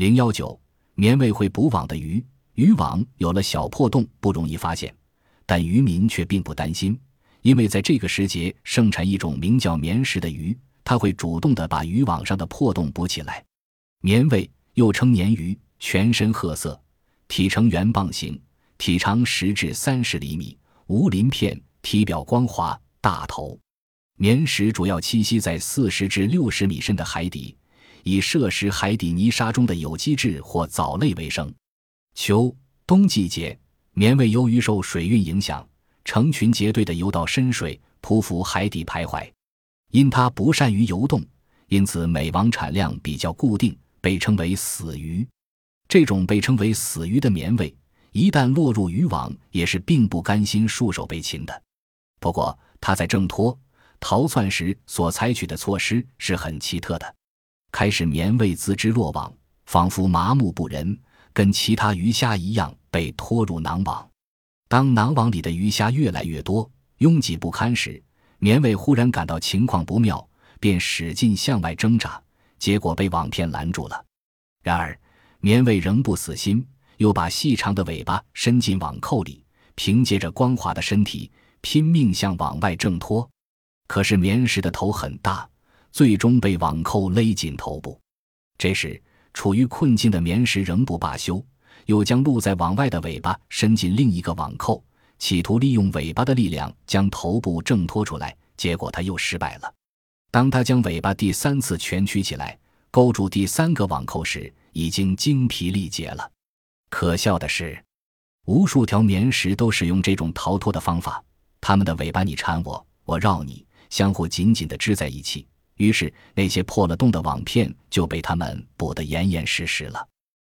019棉未会捕网的鱼，渔网有了小破洞不容易发现，但渔民却并不担心，因为在这个时节盛产一种名叫棉石的鱼，它会主动地把渔网上的破洞补起来。棉未又称鲶鱼，全身褐色，体呈圆棒形，体长10至30厘米，无鳞片，体表光滑，大头。棉石主要栖息在40至60米深的海底，以摄食海底泥沙中的有机质或藻类为生。秋冬季节，棉未由于受水运影响，成群结队地游到深水，匍匐海底徘徊。因它不善于游动，因此每网产量比较固定，被称为死鱼。这种被称为死鱼的棉未，一旦落入渔网，也是并不甘心束手被擒的。不过它在挣脱、逃窜时所采取的措施是很奇特的。开始棉未自知落网，仿佛麻木不仁，跟其他鱼虾一样被拖入囊网。当囊网里的鱼虾越来越多，拥挤不堪时，棉未忽然感到情况不妙，便使劲向外挣扎，结果被网片拦住了。然而棉未仍不死心，又把细长的尾巴伸进网扣里，凭借着光滑的身体拼命向网外挣脱。可是棉石的头很大，最终被网扣勒紧头部。这时处于困境的棉石仍不罢休，又将露在网外的尾巴伸进另一个网扣，企图利用尾巴的力量将头部挣脱出来，结果他又失败了。当他将尾巴第3次蜷曲起来，勾住第3个网扣时，已经精疲力竭了。可笑的是，无数条棉石都使用这种逃脱的方法，它们的尾巴你缠我，我绕你，相互紧紧地织在一起，于是那些破了洞的网片就被它们补得严严实实了。